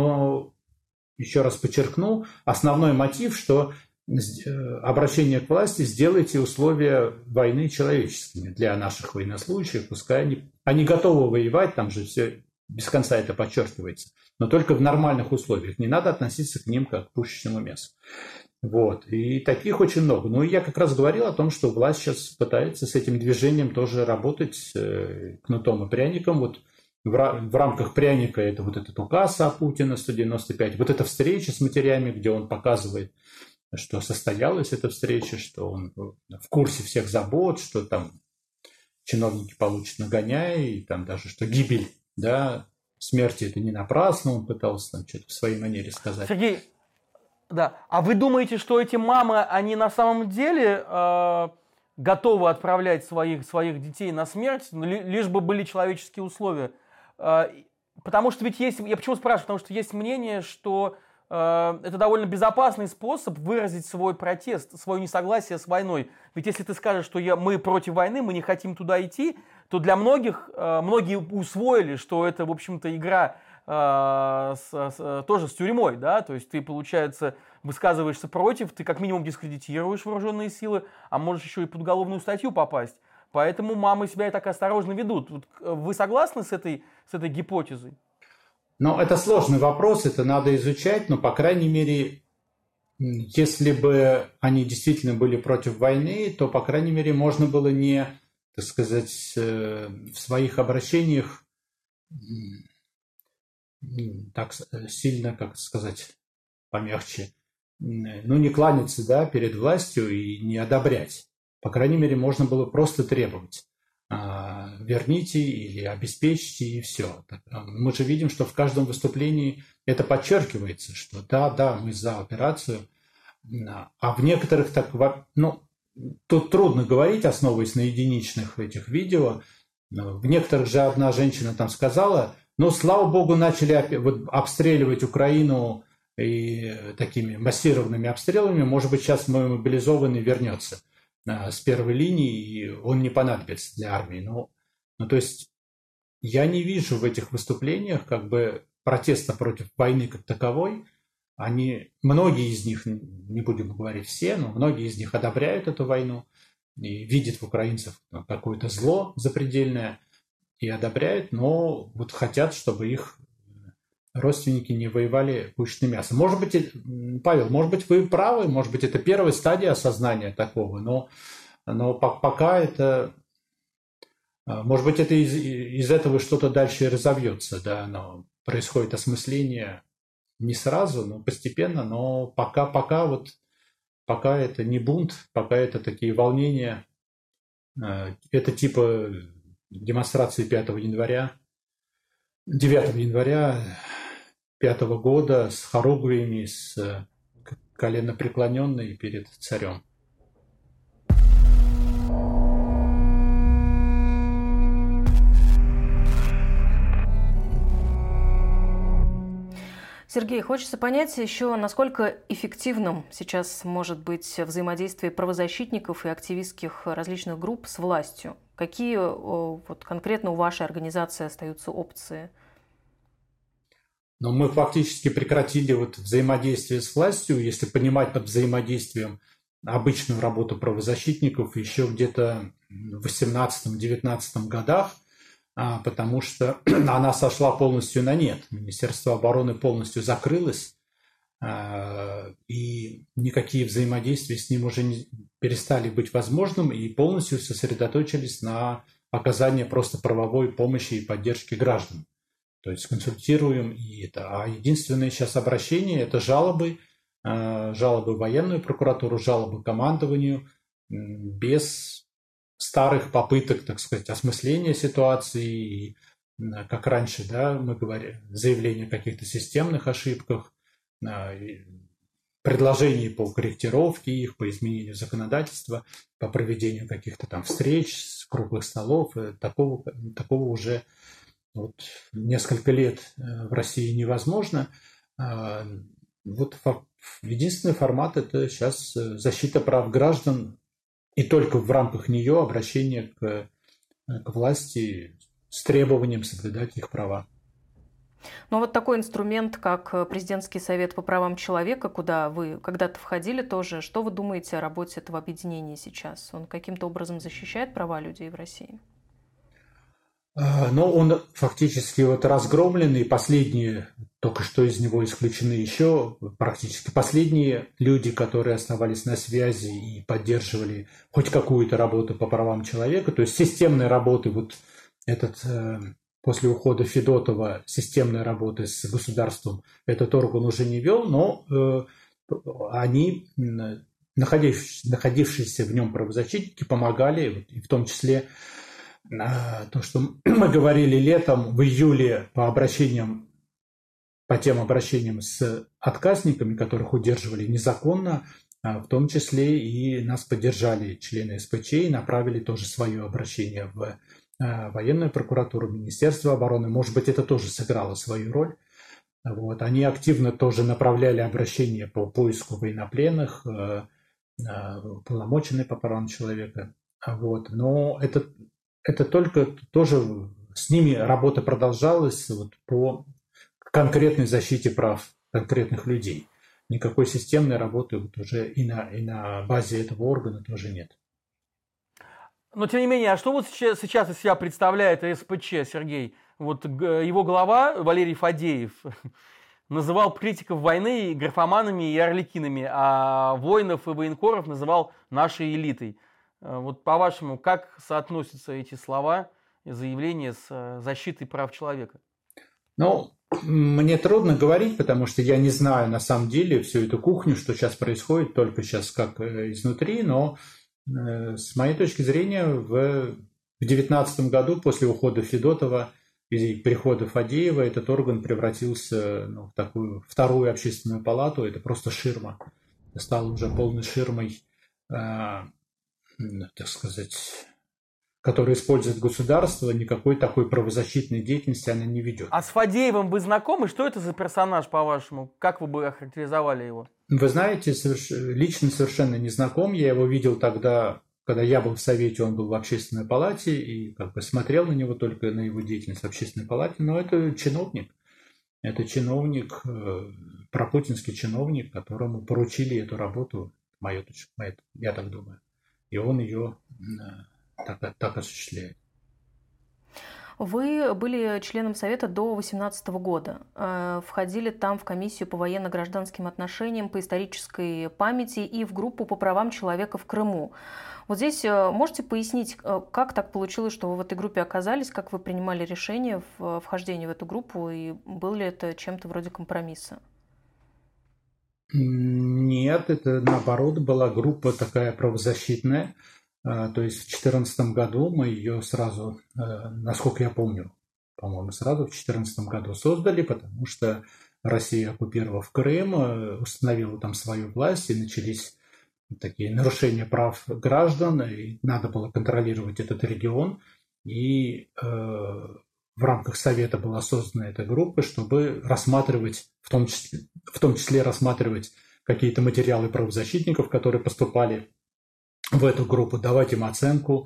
еще раз подчеркну, основной мотив, что обращение к власти: сделайте условия войны человеческими для наших военнослужащих, пускай они готовы воевать, там же все без конца это подчеркивается, но только в нормальных условиях. Не надо относиться к ним как к пушечному мясу. Вот. И таких очень много. Ну, я как раз говорил о том, что власть сейчас пытается с этим движением тоже работать кнутом и пряником. Вот в рамках пряника это вот этот указ о Путина 195, вот эта встреча с матерями, где он показывает, что состоялась эта встреча, что он в курсе всех забот, что там чиновники получат нагоняя, и там даже что гибель, да, смерти это не напрасно, он пытался там что-то в своей манере сказать. Сергей, да. А вы думаете, что эти мамы, они на самом деле готовы отправлять своих детей на смерть, лишь бы были человеческие условия? Потому что ведь есть, я почему спрашиваю, потому что есть мнение, что это довольно безопасный способ выразить свой протест, свое несогласие с войной. Ведь если ты скажешь, что мы против войны, мы не хотим туда идти, то для многие усвоили, что это, в общем-то, игра тоже с тюрьмой, да, то есть ты, получается, высказываешься против, ты как минимум дискредитируешь вооруженные силы, а можешь еще и под уголовную статью попасть. Поэтому мамы себя и так осторожно ведут. Вы согласны с этой гипотезой? Ну, это сложный вопрос, это надо изучать, но, по крайней мере, если бы они действительно были против войны, то, по крайней мере, можно было не, так сказать, в своих обращениях так сильно, как сказать, помягче, ну, не кланяться, да, перед властью и не одобрять. По крайней мере, можно было просто требовать. Верните или обеспечьте, и все. Мы же видим, что в каждом выступлении это подчеркивается, что да, мы за операцию. А в некоторых так, ну, тут трудно говорить, основываясь на единичных этих видео. В некоторых же одна женщина там сказала: ну, слава богу, начали вот обстреливать Украину и такими массированными обстрелами, может быть, сейчас мой мобилизованный вернется с первой линии, и он не понадобится для армии. Ну, то есть я не вижу в этих выступлениях как бы протеста против войны как таковой. Многие из них, не будем говорить все, но многие из них одобряют эту войну и видят в украинцев какое-то зло запредельное и одобряют, но вот хотят, чтобы их родственники не воевали пушечным мясом. Может быть, Павел, может быть, вы правы, может быть, это первая стадия осознания такого, но пока это, может быть, это из этого что-то дальше разовьется, да, но происходит осмысление не сразу, но постепенно, но пока это не бунт, пока это такие волнения, это типа демонстрации 9 января 5 года с хоругвиями, с коленопреклоненной перед царем. Сергей, хочется понять еще, насколько эффективным сейчас может быть взаимодействие правозащитников и активистских различных групп с властью. Какие вот конкретно у вашей организации остаются опции? Но мы фактически прекратили вот взаимодействие с властью, если понимать под взаимодействием обычную работу правозащитников еще где-то в 18-19 годах, потому что она сошла полностью на нет. Министерство обороны полностью закрылось, и никакие взаимодействия с ним уже перестали быть возможным и полностью сосредоточились на оказании просто правовой помощи и поддержки граждан. То есть консультируем и это. А единственное сейчас обращение – это жалобы в военную прокуратуру, жалобы командованию, без старых попыток, так сказать, осмысления ситуации и как раньше, да, мы говорили, заявления о каких-то системных ошибках, предложений по корректировке их, по изменению законодательства, по проведению каких-то там встреч, круглых столов. Такого уже вот несколько лет в России невозможно. Вот единственный формат – это сейчас защита прав граждан, и только в рамках нее обращение к власти с требованием соблюдать их права. Но вот такой инструмент, как Президентский совет по правам человека, куда вы когда-то входили тоже, что вы думаете о работе этого объединения сейчас? Он каким-то образом защищает права людей в России? Но он фактически вот разгромлен, и последние, только что из него исключены еще практически последние люди, которые оставались на связи и поддерживали хоть какую-то работу по правам человека, то есть системной работы, вот после ухода Федотова системной работы с государством этот орган уже не вел, но они, находившиеся в нем правозащитники, помогали, и в том числе то, что мы говорили летом, в июле по тем обращениям с отказниками, которых удерживали незаконно, в том числе и нас поддержали члены СПЧ и направили тоже свое обращение в военную прокуратуру, Министерство обороны. Может быть, это тоже сыграло свою роль. Вот. Они активно тоже направляли обращения по поиску военнопленных, уполномоченные по правам человека. Вот. Но это только тоже с ними работа продолжалась вот по конкретной защите прав конкретных людей. Никакой системной работы вот уже и на базе этого органа тоже нет. Но тем не менее, а что вот сейчас из себя представляет СПЧ, Сергей? Вот его глава Валерий Фадеев называл критиков войны графоманами и орликинами, а воинов и военкоров называл нашей элитой. Вот по-вашему, как соотносятся эти слова и заявления с защитой прав человека? Ну, мне трудно говорить, потому что я не знаю на самом деле всю эту кухню, что сейчас происходит, только сейчас как изнутри, но с моей точки зрения в 2019 году после ухода Федотова и прихода Фадеева этот орган превратился в такую вторую общественную палату, это просто ширма. Это стало уже полной ширмой, так сказать, которую использует государство, никакой такой правозащитной деятельности она не ведет. А с Фадеевым вы знакомы? Что это за персонаж, по-вашему? Как вы бы охарактеризовали его? Вы знаете, лично совершенно не знаком. Я его видел тогда, когда я был в Совете, он был в Общественной палате, и как бы смотрел на него только на его деятельность в Общественной палате. Но это чиновник. Это чиновник, пропутинский чиновник, которому поручили эту работу, я так думаю. И он ее так осуществляет. Вы были членом Совета до 2018 года. Входили там в комиссию по военно-гражданским отношениям, по исторической памяти и в группу по правам человека в Крыму. Вот здесь можете пояснить, как так получилось, что вы в этой группе оказались, как вы принимали решение в вхождении в эту группу, и было ли это чем-то вроде компромисса? Нет, это наоборот была группа такая правозащитная. То есть в 2014 году мы ее сразу, насколько я помню, по-моему, сразу в 2014 году создали, потому что Россия, оккупировав Крым, установила там свою власть, и начались такие нарушения прав граждан, и надо было контролировать этот регион. И в рамках Совета была создана эта группа, чтобы рассматривать, в том числе рассматривать какие-то материалы правозащитников, которые поступали в эту группу, давать им оценку.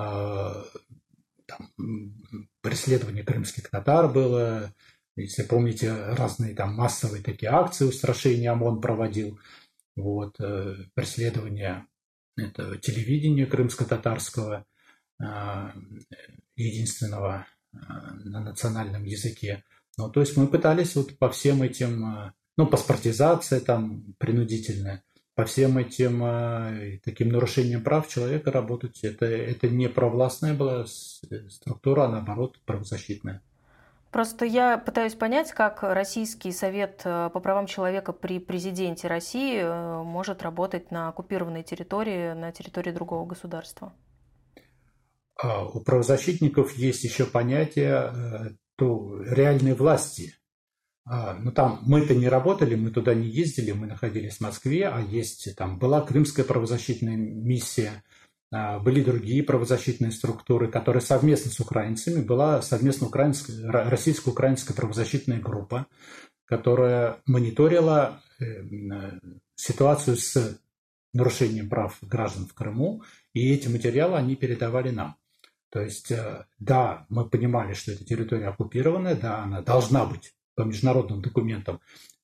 Преследование крымских татар было, если помните, разные там массовые такие акции устрашения ОМОН проводил. Вот, преследование этого телевидения крымско-татарского, единственного на национальном языке. Ну, то есть мы пытались вот по всем этим, паспортизация там принудительная, по всем этим таким нарушениям прав человека работать. Это не провластная была структура, а наоборот правозащитная. Просто я пытаюсь понять, как Российский совет по правам человека при президенте России может работать на оккупированной территории, на территории другого государства. у правозащитников есть еще понятие реальной власти. Но там мы-то не работали, мы туда не ездили, мы находились в Москве, а там была Крымская правозащитная миссия, были другие правозащитные структуры, которые совместно с украинцами, была совместно российско-украинская правозащитная группа, которая мониторила ситуацию с нарушением прав граждан в Крыму, и эти материалы они передавали нам. То есть, да, мы понимали, что эта территория оккупированная, да, она должна быть по международным документам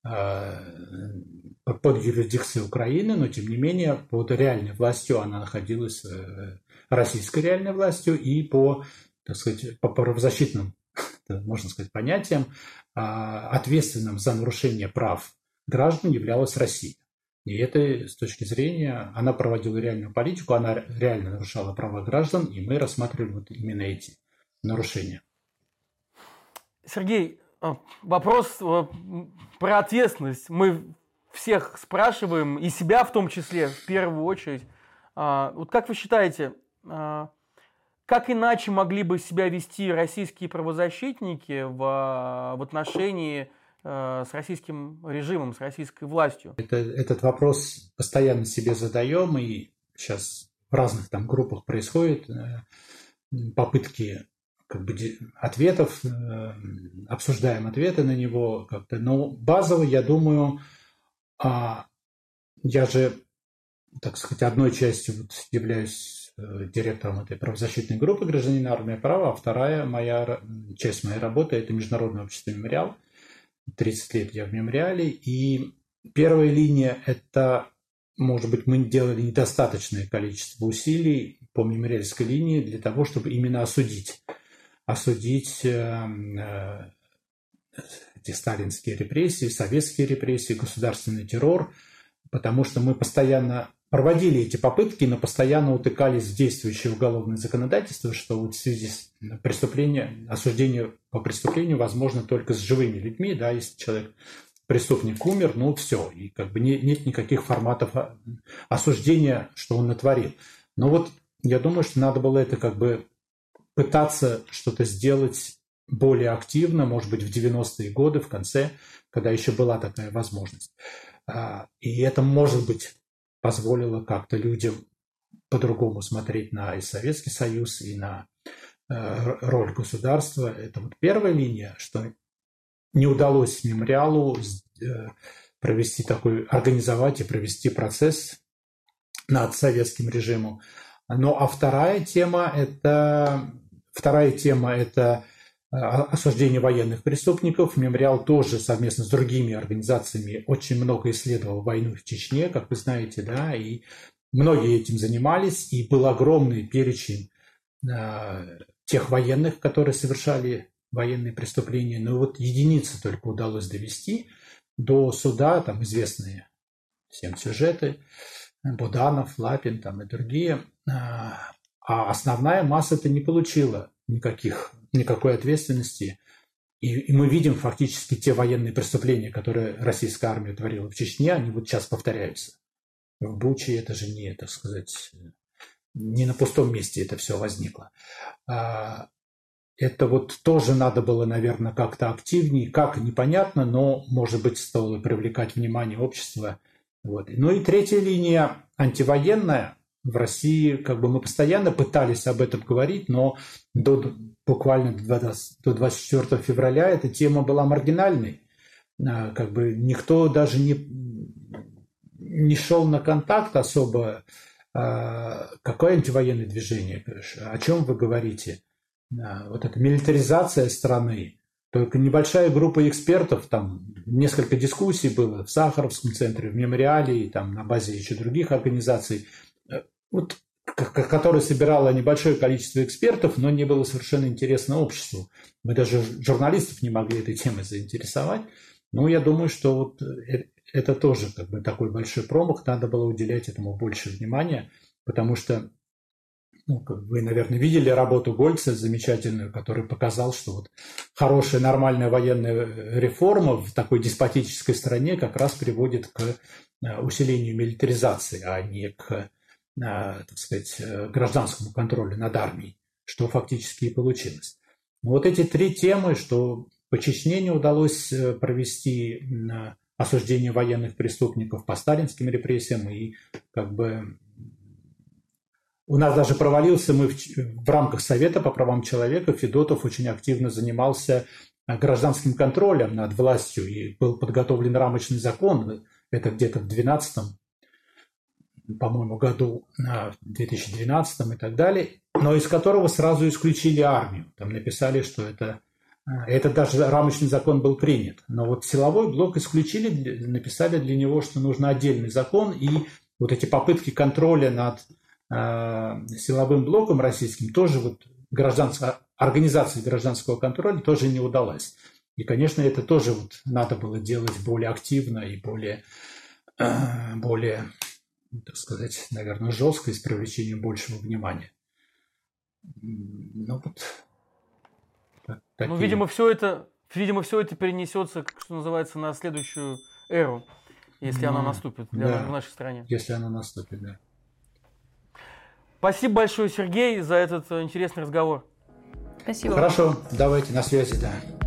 под юрисдикцией Украины, но тем не менее под реальной властью она находилась, российской реальной властью, и по, так сказать, по правозащитным, можно сказать, понятиям, ответственным за нарушение прав граждан являлась Россия. И это, с точки зрения, она проводила реальную политику, она реально нарушала права граждан, и мы рассматривали вот именно эти нарушения. Сергей, вопрос про ответственность. Мы всех спрашиваем, и себя в том числе, в первую очередь. Вот как вы считаете, как иначе могли бы себя вести российские правозащитники в отношении с российским режимом, с российской властью? Этот вопрос постоянно себе задаем, и сейчас в разных там группах происходят попытки ответов, обсуждаем ответы на него как-то. Но базово, я думаю, я же, так сказать, одной частью являюсь директором этой правозащитной группы «Гражданин, армия, право», а вторая часть моей работы – это Международное общество «Мемориал». 30 лет я в «Мемориале», и первая линия – это, может быть, мы делали недостаточное количество усилий по мемориальской линии для того, чтобы именно осудить эти сталинские репрессии, советские репрессии, государственный террор, потому что мы постоянно проводили эти попытки, но постоянно утыкались в действующее уголовное законодательство, что вот в связи с осуждение по преступлению возможно только с живыми людьми, да, если преступник умер, ну все, и как бы нет никаких форматов осуждения, что он натворил. Но вот я думаю, что надо было это как бы пытаться что-то сделать более активно, может быть, в 90-е годы, в конце, когда еще была такая возможность. И это, может быть, позволило как-то людям по-другому смотреть на и Советский Союз, и на роль государства. Это вот первая линия, что не удалось мемориалу организовать и провести процесс над советским режимом. Ну, а вторая тема это осуждение военных преступников. Мемориал тоже совместно с другими организациями очень много исследовал войну в Чечне, как вы знаете, да, и многие этим занимались, и был огромный перечень тех военных, которые совершали военные преступления. Но вот единицы только удалось довести до суда, там известные всем сюжеты, Буданов, Лапин там и другие. А основная масса-то не получила никакой ответственности. И мы видим фактически те военные преступления, которые российская армия творила в Чечне, они вот сейчас повторяются. В Буче это же не, так сказать, не на пустом месте это все возникло. Это вот тоже надо было, наверное, как-то активнее, как непонятно, но, может быть, стоило привлекать внимание общества. Вот. Ну и третья линия антивоенная. В России как бы мы постоянно пытались об этом говорить, но буквально до 24 февраля эта тема была маргинальной. Как бы никто даже не шел на контакт особо. Какое антивоенное движение? О чем вы говорите? Вот эта милитаризация страны. Только небольшая группа экспертов, там несколько дискуссий было в Сахаровском центре, в Мемориале и там на базе еще других организаций, вот, которая собирала небольшое количество экспертов, но не было совершенно интересно обществу. Мы даже журналистов не могли этой темой заинтересовать. Но я думаю, что вот это тоже как бы такой большой промах, надо было уделять этому больше внимания, потому что вы, наверное, видели работу Гольца замечательную, который показал, что вот хорошая, нормальная военная реформа в такой деспотической стране как раз приводит к усилению милитаризации, а не к, так сказать, гражданскому контролю над армией, что фактически и получилось. Вот эти 3 темы, что по Чечне не удалось провести осуждение военных преступников по сталинским репрессиям, и как бы у нас даже провалился, мы в рамках Совета по правам человека, Федотов очень активно занимался гражданским контролем над властью, и был подготовлен рамочный закон, это где-то в 2012, по-моему, году, в 2012 и так далее, но из которого сразу исключили армию. Там написали, что это даже рамочный закон был принят. Но вот силовой блок исключили, написали для него, что нужен отдельный закон, и вот эти попытки контроля над силовым блоком российским тоже вот организации гражданского контроля тоже не удалось. И, конечно, это тоже вот надо было делать более активно и более, так сказать, наверное, жестко и с привлечением большего внимания. Ну вот. Ну, видимо, все это перенесется, что называется, на следующую эру, если она наступит в нашей стране. Если она наступит, да. Спасибо большое, Сергей, за этот интересный разговор. Спасибо. Хорошо, давайте, на связи, да.